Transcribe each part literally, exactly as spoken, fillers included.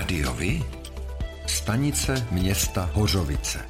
Rádiovi? Stanice města Hořovice.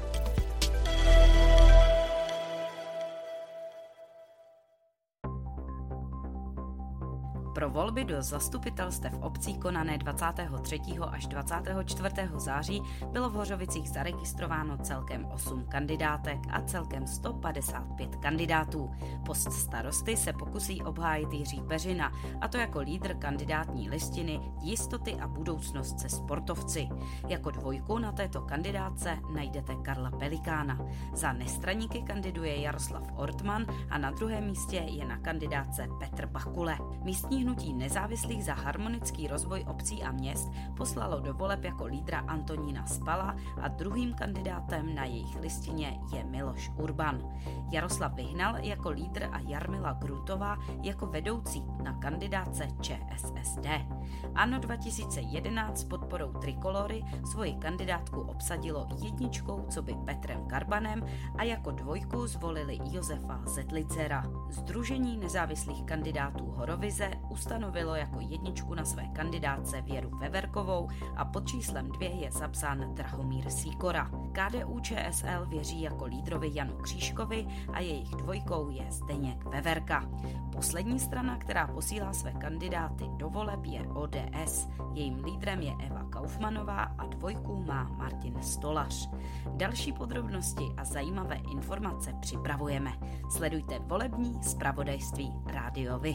Pro volby do zastupitelstev obcí konané dvacátého třetího až dvacátého čtvrtého září bylo v Hořovicích zaregistrováno celkem osm kandidátek a celkem sto padesát pět kandidátů. Post starosty se pokusí obhájit Jiří Peřina, a to jako lídr kandidátní listiny Jistoty a budoucnost se sportovci. Jako dvojku na této kandidátce najdete Karla Pelikána. Za nestraníky kandiduje Jaroslav Ortman a na druhém místě je na kandidátce Petr Bakule. Místní hnutí nezávislých za harmonický rozvoj obcí a měst poslalo do voleb jako lídra Antonína Spala a druhým kandidátem na jejich listině je Miloš Urban. Jaroslav Vyhnal jako lídr a Jarmila Grutová jako vedoucí na kandidátce ČSSD. ANO dva tisíce jedenáct s podporou Trikolory svoji kandidátku obsadilo jedničkou coby Petrem Karbanem a jako dvojku zvolili Josefa Zetlicera. Sdružení nezávislých kandidátů Horovize ustanovilo jako jedničku na své kandidátce Věru Veverkovou a pod číslem dvě je zapsán Drahomír Sýkora. K D U Č S L věří jako lídrovi Janu Křížkovi a jejich dvojkou je Zdeněk Veverka. Poslední strana, která posílá své kandidáty do voleb, je O D S. Jejím lídrem je Eva Kaufmanová a dvojku má Martin Stolař. Další podrobnosti a zajímavé informace připravujeme. Sledujte volební zpravodajství Rádiovi.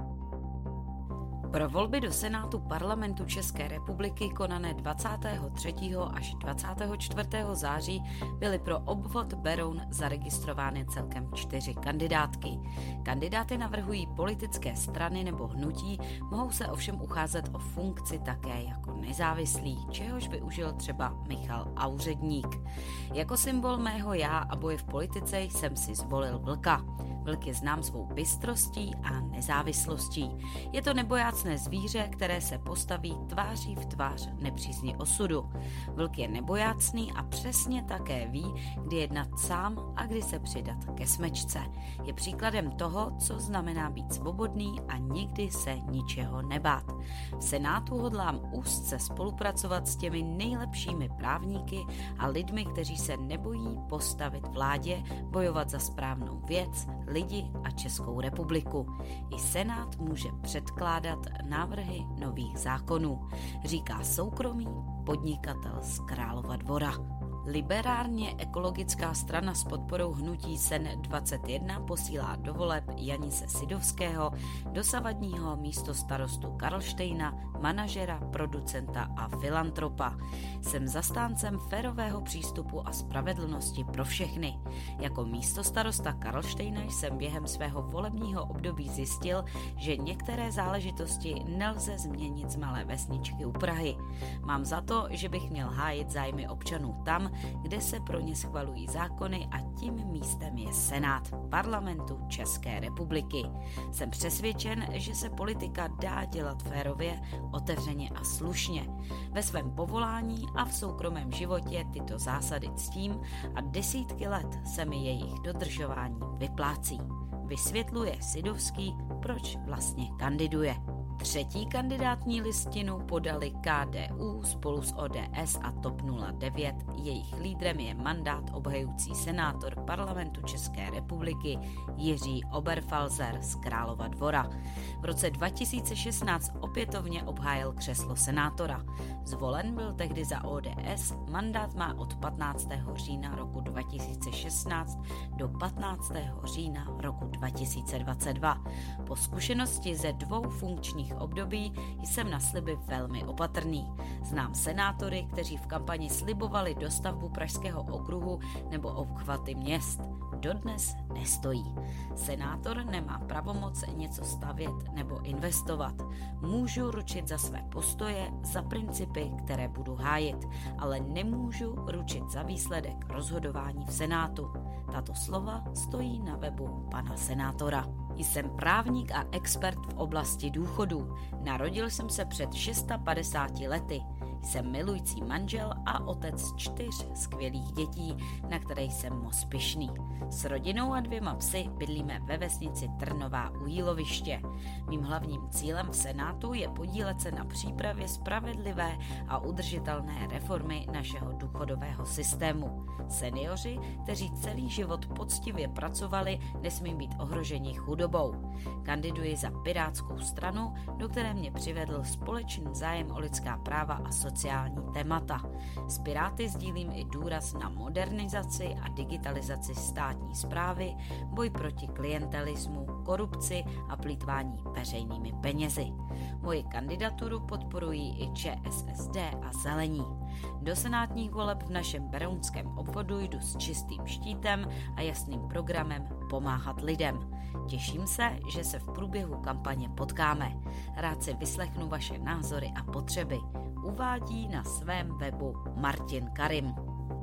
Pro volby do Senátu Parlamentu České republiky konané dvacátého třetího až dvacátého čtvrtého září byly pro obvod Beroun zaregistrovány celkem čtyři kandidátky. Kandidáty navrhují politické strany nebo hnutí, mohou se ovšem ucházet o funkci také jako nezávislí, čehož využil třeba Michal Auředník. Jako symbol mého já a boje v politice jsem si zvolil vlka. Vlk je znám svou bystrostí a nezávislostí. Je to nebojácné zvíře, které se postaví tváří v tvář nepřízni osudu. Vlk je nebojácný a přesně také ví, kdy jednat sám a kdy se přidat ke smečce. Je příkladem toho, co znamená být svobodný a nikdy se ničeho nebát. V Senátu hodlám úzce spolupracovat s těmi nejlepšími právníky a lidmi, kteří se nebojí postavit vládě, bojovat za správnou věc, lidi a Českou republiku. I Senát může předkládat návrhy nových zákonů, říká soukromý podnikatel z Králova Dvora. Liberárně ekologická strana s podporou hnutí S E N dvacet jedna posílá do voleb Janise Sidovského, dosavadního místostarostu Karlštejna, manažera, producenta a filantropa. Jsem zastáncem férového přístupu a spravedlnosti pro všechny. Jako místostarosta Karlštejna jsem během svého volebního období zjistil, že některé záležitosti nelze změnit z malé vesničky u Prahy. Mám za to, že bych měl hájit zájmy občanů tam, kde se pro ně schvalují zákony, a tím místem je Senát Parlamentu České republiky. Jsem přesvědčen, že se politika dá dělat férově, otevřeně a slušně. Ve svém povolání a v soukromém životě tyto zásady ctím a desítky let se mi jejich dodržování vyplácí. Vysvětluje Sidovský, proč vlastně kandiduje. Třetí kandidátní listinu podali K D U spolu s O D S a T O P nula devět. Jejich lídrem je mandát obhajující senátor Parlamentu České republiky Jiří Oberfalzer z Králova Dvora. V roce dva tisíce šestnáct opětovně obhájil křeslo senátora. Zvolen byl tehdy za O D S, mandát má od patnáctého října roku dva tisíce šestnáct do patnáctého října roku dva tisíce dvacet dva. Po zkušenosti ze dvou funkčních období jsem na sliby velmi opatrný. Znám senátory, kteří v kampani slibovali dostavbu Pražského okruhu nebo obchvaty měst. Dodnes nestojí. Senátor nemá pravomoc něco stavět nebo investovat. Můžu ručit za své postoje, za principy, které budu hájit, ale nemůžu ručit za výsledek rozhodování v Senátu. Tato slova stojí na webu pana senátora. Jsem právník a expert v oblasti důchodů. Narodil jsem se před padesát šesti lety. Jsem milující manžel a otec čtyř skvělých dětí, na které jsem moc pyšný. S rodinou a dvěma psy bydlíme ve vesnici Trnová u Jíloviště. Mým hlavním cílem v Senátu je podílet se na přípravě spravedlivé a udržitelné reformy našeho důchodového systému. Seniori, kteří celý život poctivě pracovali, nesmí být ohroženi chudobou. Kandiduji za Pirátskou stranu, do které mě přivedl společný zájem o lidská práva a sociální témata. S Piráty sdílím i důraz na modernizaci a digitalizaci státní správy, boj proti klientelismu, korupci a plýtvání veřejnými penězi. Moji kandidaturu podporují i ČSSD a Zelení. Do senátních voleb v našem berounském obvodu jdu s čistým štítem a jasným programem pomáhat lidem. Těším se, že se v průběhu kampaně potkáme. Rád si vyslechnu vaše názory a potřeby. Uvádí na svém webu Martin Karim.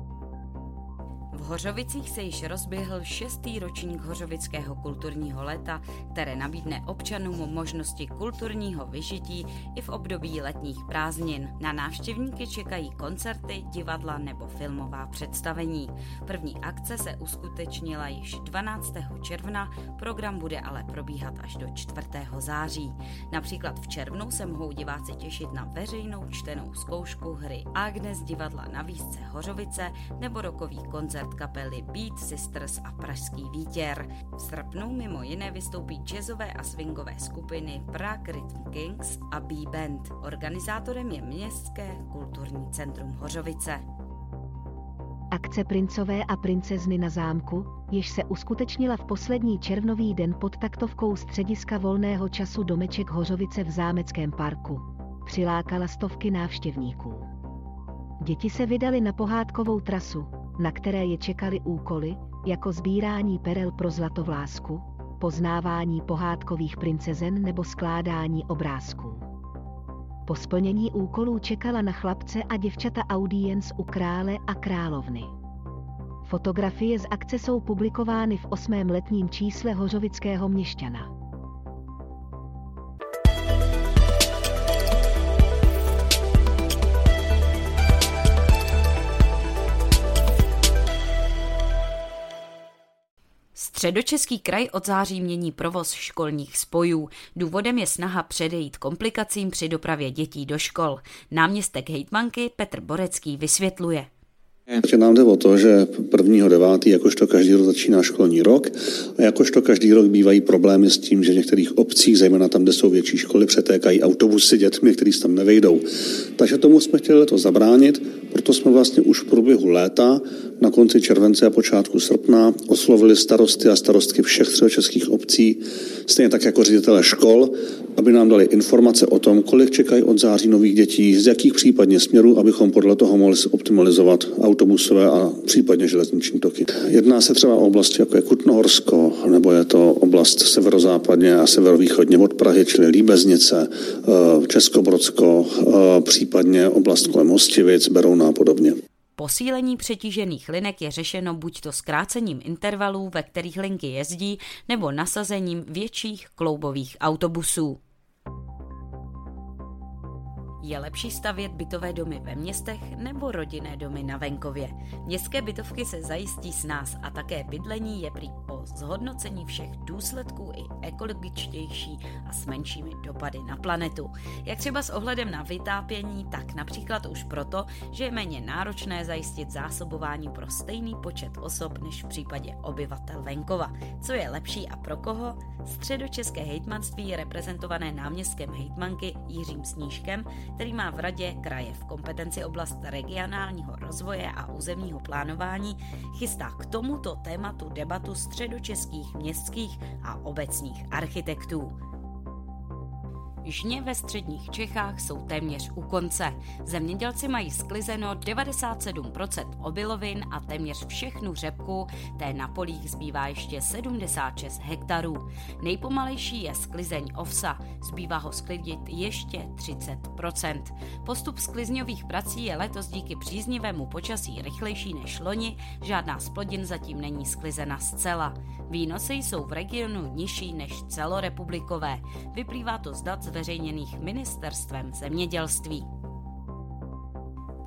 V Hořovicích se již rozběhl šestý ročník Hořovického kulturního léta, které nabídne občanům možnosti kulturního vyžití i v období letních prázdnin. Na návštěvníky čekají koncerty, divadla nebo filmová představení. První akce se uskutečnila již dvanáctého června, program bude ale probíhat až do čtvrtého září. Například v červnu se mohou diváci těšit na veřejnou čtenou zkoušku hry Agnes divadla na výšce Hořovice nebo rokový koncert kapely Beat Sisters a Pražský Vítěr. V srpnu mimo jiné vystoupí jazzové a swingové skupiny Prague Rhythm Kings a B-Band. Organizátorem je Městské kulturní centrum Hořovice. Akce Princové a princezny na zámku, jež se uskutečnila v poslední červnový den pod taktovkou střediska volného času Domeček Hořovice v Zámeckém parku, přilákala stovky návštěvníků. Děti se vydali na pohádkovou trasu, na které je čekaly úkoly, jako sbírání perel pro zlatovlásku, poznávání pohádkových princezen nebo skládání obrázků. Po splnění úkolů čekala na chlapce a děvčata audience u krále a královny. Fotografie z akce jsou publikovány v osmém letním čísle Hořovického měšťana. Středočeský kraj od září mění provoz školních spojů. Důvodem je snaha předejít komplikacím při dopravě dětí do škol. Náměstek hejtmanky Petr Borecký vysvětluje. Takže nám jde o to, že prvního devátého jakožto každý rok začíná školní rok a jakožto každý rok bývají problémy s tím, že v některých obcích, zejména tam, kde jsou větší školy, přetékají autobusy dětmi, kteří se tam nevejdou. Takže tomu jsme chtěli to zabránit, proto jsme vlastně už v průběhu léta, na konci července a počátku srpna oslovili starosty a starostky všech středočeských obcí, stejně tak jako ředitele škol, aby nám dali informace o tom, kolik čekají od září nových dětí, z jakých případně směrů, abychom podle toho mohli optimalizovat autobusové a případně železniční toky. Jedná se třeba o oblasti, jako je Kutnohorsko, nebo je to oblast severozápadně a severovýchodně od Prahy, čili Líbeznice, Českobrodsko, případně oblast kolem Hostivic, Berouna a podobně. Posílení přetížených linek je řešeno buď to zkrácením intervalů, ve kterých linky jezdí, nebo nasazením větších kloubových autobusů. Je lepší stavět bytové domy ve městech nebo rodinné domy na venkově? Městské bytovky se zajistí s nás a také bydlení je prý po zhodnocení všech důsledků i ekologičtější a s menšími dopady na planetu. Jak třeba s ohledem na vytápění, tak například už proto, že je méně náročné zajistit zásobování pro stejný počet osob než v případě obyvatel venkova. Co je lepší a pro koho? Středočeské hejtmanství je reprezentované náměstkem hejtmanky Jiřím Snížkem, který má v radě kraje v kompetenci oblast regionálního rozvoje a územního plánování, chystá k tomuto tématu debatu středočeských městských a obecních architektů. Žně ve středních Čechách jsou téměř u konce. Zemědělci mají sklizeno devadesát sedm procent obilovin a téměř všechnu řepku, té na polích zbývá ještě sedmdesát šest hektarů. Nejpomalejší je sklizeň ovsa, zbývá ho sklidit ještě třicet procent. Postup sklizňových prací je letos díky příznivému počasí rychlejší než loni, žádná z plodin zatím není sklizena zcela. Výnosy jsou v regionu nižší než celorepublikové. Vyplývá to z dat zveřejněných ministerstvem zemědělství.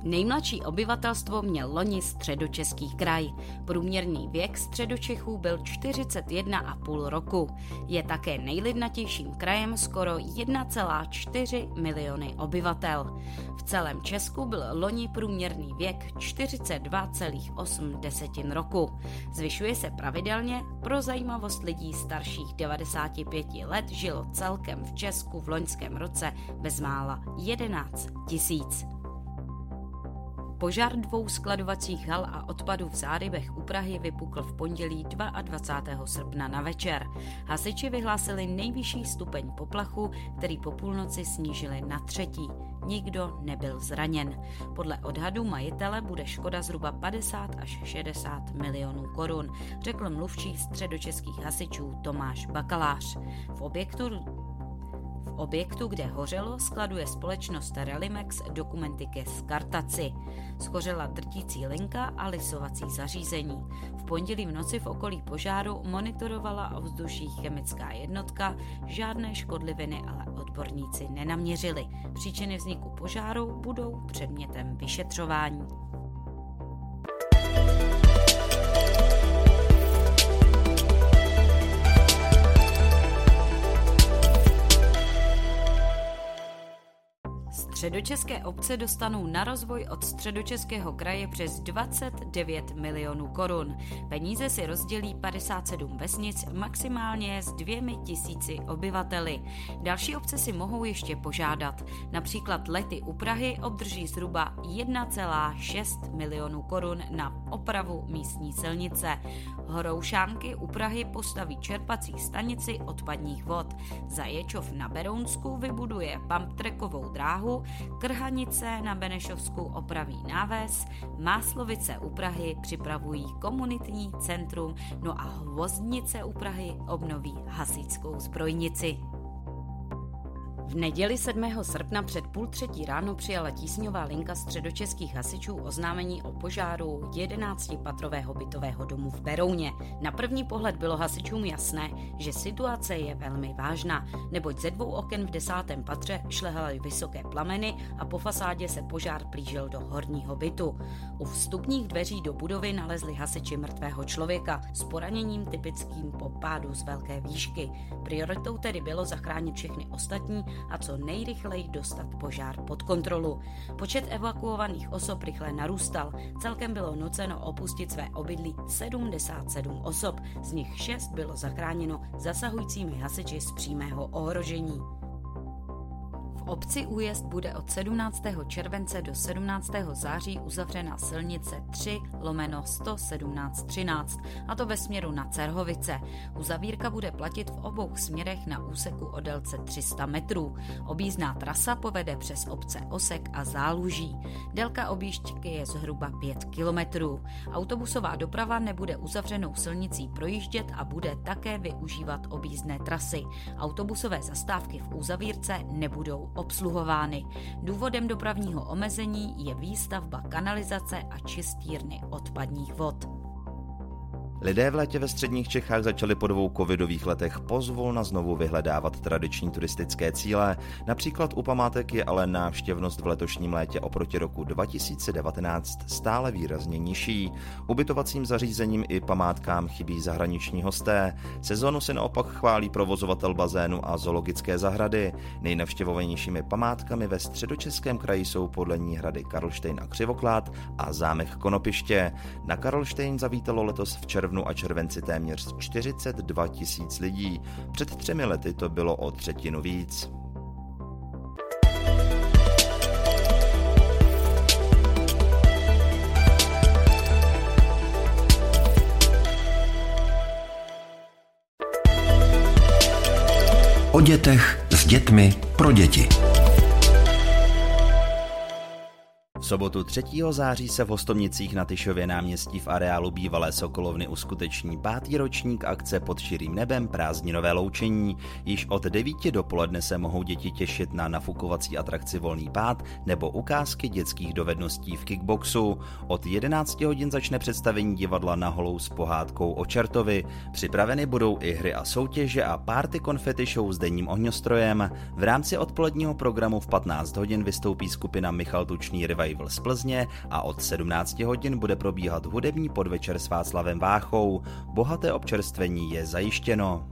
Nejmladší obyvatelstvo měl loni Středočeský kraj. Průměrný věk Středočechů byl čtyřicet jedna a půl roku. Je také nejlidnatějším krajem skoro jedna celá čtyři miliony obyvatel. V celém Česku byl loni průměrný věk čtyřicet dva celá osm roku. Zvyšuje se pravidelně, pro zajímavost lidí starších devadesáti pěti let žilo celkem v Česku v loňském roce bezmála jedenáct tisíc. Požár dvou skladovacích hal a odpadů v Zárybech u Prahy vypukl v pondělí dvacátého druhého srpna na večer. Hasiči vyhlásili nejvyšší stupeň poplachu, který po půlnoci snížili na třetí. Nikdo nebyl zraněn. Podle odhadů majitele bude škoda zhruba padesát až šedesát milionů korun, řekl mluvčí středočeských hasičů Tomáš Bakalář. V objektu V objektu, kde hořelo, skladuje společnost Relimex dokumenty ke skartaci. Schořela drtící linka a lisovací zařízení. V pondělí v noci v okolí požáru monitorovala ovzduší chemická jednotka, žádné škodliviny ale odborníci nenaměřili. Příčiny vzniku požáru budou předmětem vyšetřování. Středočeské obce dostanou na rozvoj od Středočeského kraje přes dvacet devět milionů korun. Peníze si rozdělí padesát sedm vesnic, maximálně s dvěmi tisíci obyvateli. Další obce si mohou ještě požádat. Například Lety u Prahy obdrží zhruba jedna celá šest milionů korun na opravu místní silnice. Horoušánky u Prahy postaví čerpací stanici odpadních vod. Zaječov na Berounsku vybuduje pumptrackovou dráhu, Krhanice na Benešovsku opraví náves, Máslovice u Prahy připravují komunitní centrum, no a Hvozdnice u Prahy obnoví hasičskou zbrojnici. V neděli sedmého srpna před půl třetí ráno přijala tísňová linka středočeských hasičů oznámení o požáru jedenáctipatrového bytového domu v Berouně. Na první pohled bylo hasičům jasné, že situace je velmi vážná, neboť ze dvou oken v desátém patře šlehaly vysoké plameny a po fasádě se požár plížil do horního bytu. U vstupních dveří do budovy nalezli hasiči mrtvého člověka s poraněním typickým po pádu z velké výšky. Prioritou tedy bylo zachránit všechny ostatní a co nejrychleji dostat požár pod kontrolu. Počet evakuovaných osob rychle narůstal. Celkem bylo nuceno opustit své obydlí sedmdesát sedm osob, z nich šest bylo zachráněno zasahujícími hasiči z přímého ohrožení. V obci Újezd bude od sedmnáctého července do sedmnáctého září uzavřena silnice tři lomeno sto sedmnáct třináct, a to ve směru na Cerhovice. Uzavírka bude platit v obou směrech na úseku o délce tři sta metrů. Objízdná trasa povede přes obce Osek a Záluží. Délka objížďky je zhruba pět kilometrů. Autobusová doprava nebude uzavřenou silnicí projíždět a bude také využívat objízdné trasy. Autobusové zastávky v uzavírce nebudou obsluhovány. Důvodem dopravního omezení je výstavba kanalizace a čistírny odpadních vod. Lidé v létě ve středních Čechách začali po dvou covidových letech pozvolna znovu vyhledávat tradiční turistické cíle. Například u památek je ale návštěvnost v letošním létě oproti roku dva tisíce devatenáct stále výrazně nižší. Ubytovacím zařízením i památkám chybí zahraniční hosté. Sezónu se naopak chválí provozovatel bazénu a zoologické zahrady. Nejnavštěvovanějšími památkami ve Středočeském kraji jsou podle ní hrady Karlštejn a Křivoklát a zámek Konopiště. Na Karlštejn zavítalo letos v červnu a červenci téměř čtyřicet dva tisíc lidí. Před třemi lety to bylo o třetinu víc. O dětech s dětmi pro děti. V sobotu třetího září se v Hostomnicích na Tyšově náměstí v areálu bývalé Sokolovny uskuteční pátý ročník akce Pod širým nebem prázdninové loučení. Již od devíti dopoledne se mohou děti těšit na nafukovací atrakci Volný pád nebo ukázky dětských dovedností v kickboxu. Od jedenácti hodin začne představení divadla Na holou s pohádkou o čertovi. Připraveny budou i hry a soutěže a party konfety show s denním ohňostrojem. V rámci odpoledního programu v patnáct hodin vystoupí skupina Michal Tučný Revival ansámbl z Plzně a od sedmnácti hodin bude probíhat hudební podvečer s Václavem Váchou. Bohaté občerstvení je zajištěno.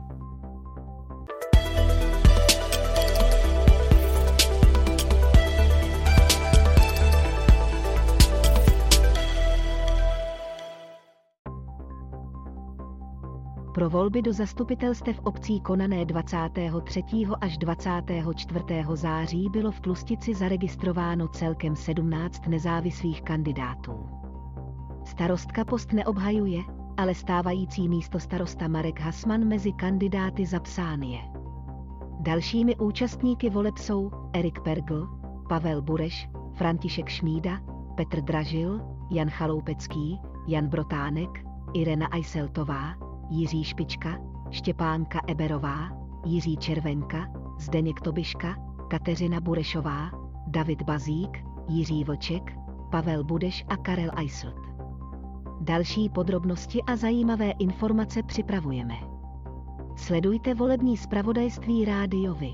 Pro volby do zastupitelstev obcí konané dvacátého třetího až dvacátého čtvrtého září bylo v Tlustici zaregistrováno celkem sedmnáct nezávislých kandidátů. Starostka post neobhajuje, ale stávající místostarosta Marek Hasman mezi kandidáty zapsán je. Dalšími účastníky voleb jsou Erik Pergl, Pavel Bureš, František Šmída, Petr Dražil, Jan Chaloupecký, Jan Brotánek, Irena Ajseltová, Jiří Špička, Štěpánka Eberová, Jiří Červenka, Zdeněk Tobiška, Kateřina Burešová, David Bazík, Jiří Vlček, Pavel Budeš a Karel Eisselt. Další podrobnosti a zajímavé informace připravujeme. Sledujte volební zpravodajství Rádio Vy.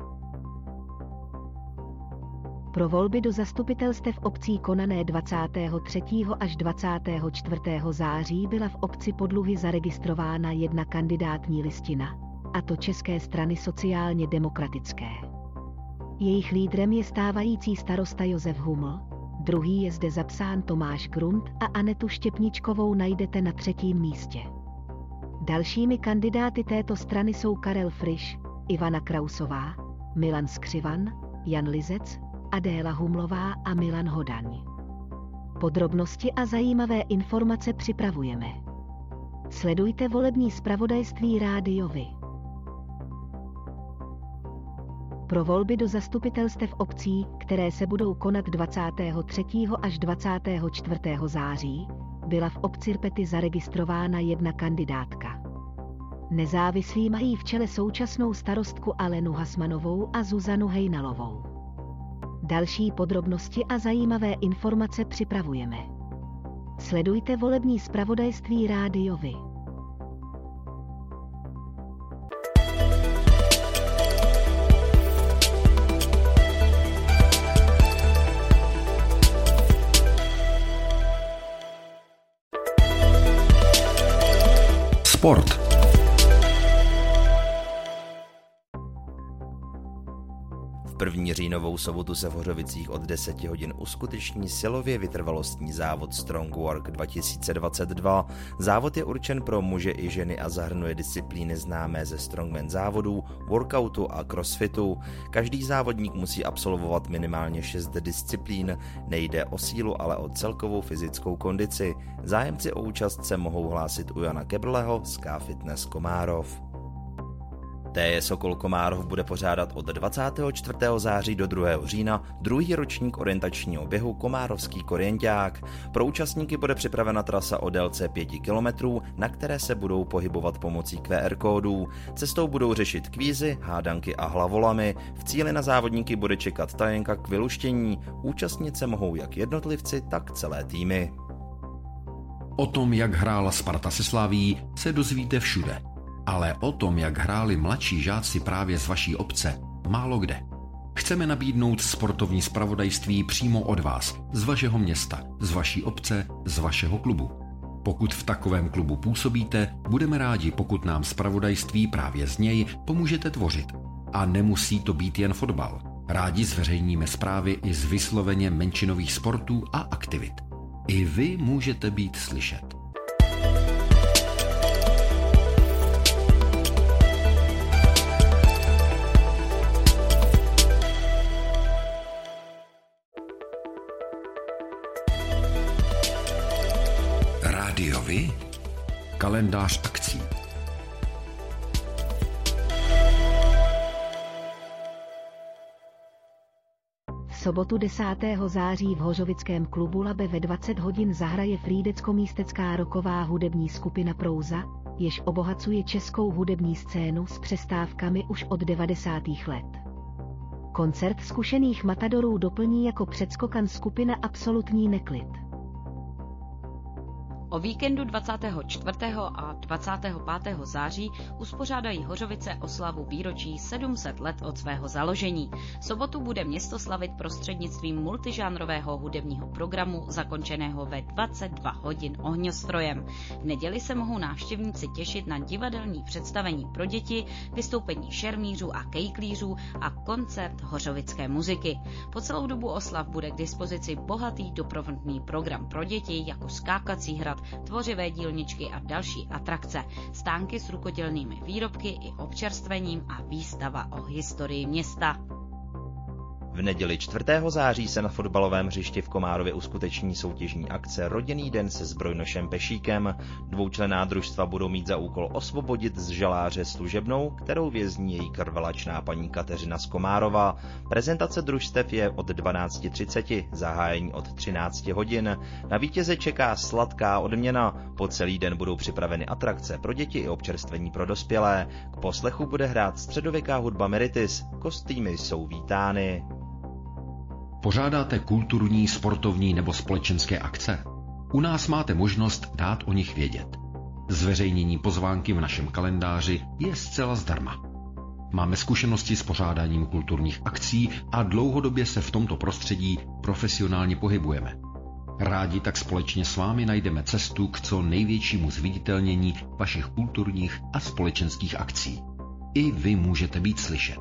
Pro volby do zastupitelstev obcí konané dvacátého třetího až dvacátého čtvrtého září byla v obci Podluhy zaregistrována jedna kandidátní listina, a to České strany sociálně demokratické. Jejich lídrem je stávající starosta Josef Huml, druhý je zde zapsán Tomáš Grunt a Anetu Štěpničkovou najdete na třetím místě. Dalšími kandidáty této strany jsou Karel Friš, Ivana Krausová, Milan Skřivan, Jan Lizec, Adéla Humlová a Milan Hodaň. Podrobnosti a zajímavé informace připravujeme. Sledujte volební zpravodajství Rádio Vy. Pro volby do zastupitelstev obcí, které se budou konat dvacátého třetího až dvacátého čtvrtého září, byla v obci Rpety zaregistrována jedna kandidátka. Nezávislí mají v čele současnou starostku Alenu Hasmanovou a Zuzanu Hejnalovou. Další podrobnosti a zajímavé informace připravujeme. Sledujte volební zpravodajství Rádio Vy. Sport. První říjnovou sobotu se v Hořovicích od deseti hodin uskuteční silově vytrvalostní závod Strong Work dva tisíce dvacet dva. Závod je určen pro muže i ženy a zahrnuje disciplíny známé ze strongman závodů, workoutu a crossfitu. Každý závodník musí absolvovat minimálně šest disciplín, nejde o sílu, ale o celkovou fyzickou kondici. Zájemci o účast se mohou hlásit u Jana Kebrleho z K Fitness Komárov. T J Sokol Komárov bude pořádat od dvacátého čtvrtého září do druhého října druhý ročník orientačního běhu Komárovský korienťák. Pro účastníky bude připravena trasa o délce pěti kilometrů, na které se budou pohybovat pomocí Q R kódů. Cestou budou řešit kvízy, hádanky a hlavolamy. V cíli na závodníky bude čekat tajenka k vyluštění. Účastnit se mohou jak jednotlivci, tak celé týmy. O tom, jak hrála Sparta se Slavií, se dozvíte všude. Ale o tom, jak hráli mladší žáci právě z vaší obce, málo kde. Chceme nabídnout sportovní zpravodajství přímo od vás, z vašeho města, z vaší obce, z vašeho klubu. Pokud v takovém klubu působíte, budeme rádi, pokud nám zpravodajství právě z něj pomůžete tvořit. A nemusí to být jen fotbal. Rádi zveřejníme zprávy i z vysloveně menšinových sportů a aktivit. I vy můžete být slyšet. Rádio Vy? Kalendář akcí. V sobotu desátého září v Hořovickém klubu Labe ve dvacet hodin zahraje frýdecko-místecká rocková hudební skupina Prouza, jež obohacuje českou hudební scénu s přestávkami už od devadesátých let. Koncert zkušených matadorů doplní jako předskokan skupina Absolutní neklid. O víkendu dvacátého čtvrtého a dvacátého pátého září uspořádají Hořovice oslavu výročí sedm set let od svého založení. V sobotu bude město slavit prostřednictvím multižánrového hudebního programu zakončeného ve dvacet dva hodin ohňostrojem. V neděli se mohou návštěvníci těšit na divadelní představení pro děti, vystoupení šermířů a kejklířů a koncert hořovické muziky. Po celou dobu oslav bude k dispozici bohatý doprovodný program pro děti jako skákací hrad, tvořivé dílničky a další atrakce, stánky s rukodělnými výrobky i občerstvením a výstava o historii města. V neděli čtvrtého září se na fotbalovém hřišti v Komárově uskuteční soutěžní akce Rodinný den se zbrojnošem Pešíkem. Dvoučlenná družstva budou mít za úkol osvobodit z žaláře služebnou, kterou vězní její krvelačná paní Kateřina z Komárova. Prezentace družstev je od dvanáct třicet, zahájení od třináct hodin. Na vítěze čeká sladká odměna. Po celý den budou připraveny atrakce pro děti i občerstvení pro dospělé. K poslechu bude hrát středověká hudba Meritis. Kostýmy jsou vítány. Pořádáte kulturní, sportovní nebo společenské akce? U nás máte možnost dát o nich vědět. Zveřejnění pozvánky v našem kalendáři je zcela zdarma. Máme zkušenosti s pořádáním kulturních akcí a dlouhodobě se v tomto prostředí profesionálně pohybujeme. Rádi tak společně s vámi najdeme cestu k co největšímu zviditelnění vašich kulturních a společenských akcí. I vy můžete být slyšet.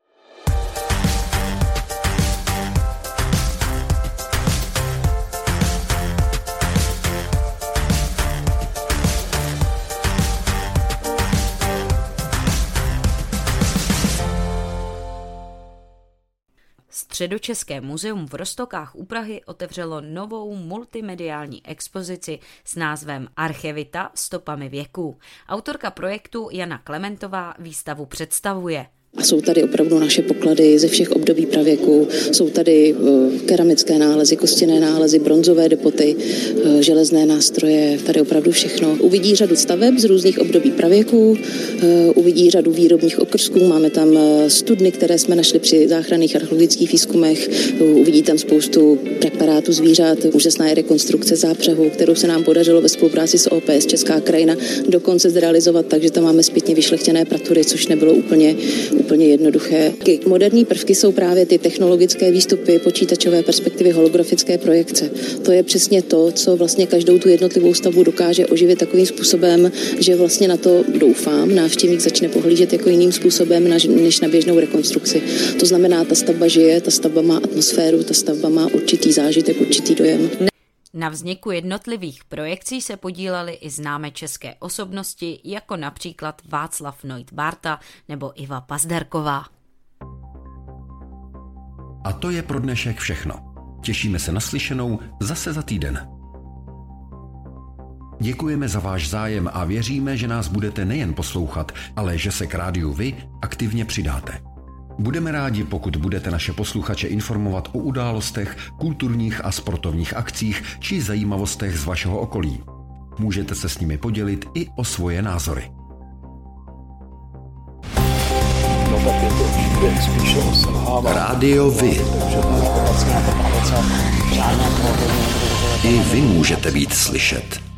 Středočeské muzeum v Roztokách u Prahy otevřelo novou multimediální expozici s názvem Archevita stopami věků. Autorka projektu Jana Klementová výstavu představuje. A jsou tady opravdu naše poklady ze všech období pravěku, jsou tady keramické nálezy, kostěné nálezy, bronzové depoty, železné nástroje, tady opravdu všechno. Uvidí řadu staveb z různých období pravěku, uvidí řadu výrobních okrsků, máme tam studny, které jsme našli při záchranných archeologických výzkumech, uvidí tam spoustu preparátů zvířat, úžasná je rekonstrukce zápřehu, kterou se nám podařilo ve spolupráci s O P S Česká krajina dokonce zrealizovat, takže tam máme zpětně vyšlechtěné pratury, což nebylo úplně úplně jednoduché. Moderní prvky jsou právě ty technologické výstupy, počítačové perspektivy, holografické projekce. To je přesně to, co vlastně každou tu jednotlivou stavbu dokáže oživit takovým způsobem, že vlastně na to doufám, návštěvník začne pohlížet jako jiným způsobem než na běžnou rekonstrukci. To znamená, ta stavba žije, ta stavba má atmosféru, ta stavba má určitý zážitek, určitý dojem. Na vzniku jednotlivých projekcí se podílely i známé české osobnosti, jako například Václav Noit Bárta nebo Iva Pazderková. A to je pro dnešek všechno. Těšíme se na slyšenou zase za týden. Děkujeme za váš zájem a věříme, že nás budete nejen poslouchat, ale že se k rádiu Vy aktivně přidáte. Budeme rádi, pokud budete naše posluchače informovat o událostech, kulturních a sportovních akcích či zajímavostech z vašeho okolí. Můžete se s nimi podělit i o svoje názory. Rádio Vy. I vy můžete být slyšet.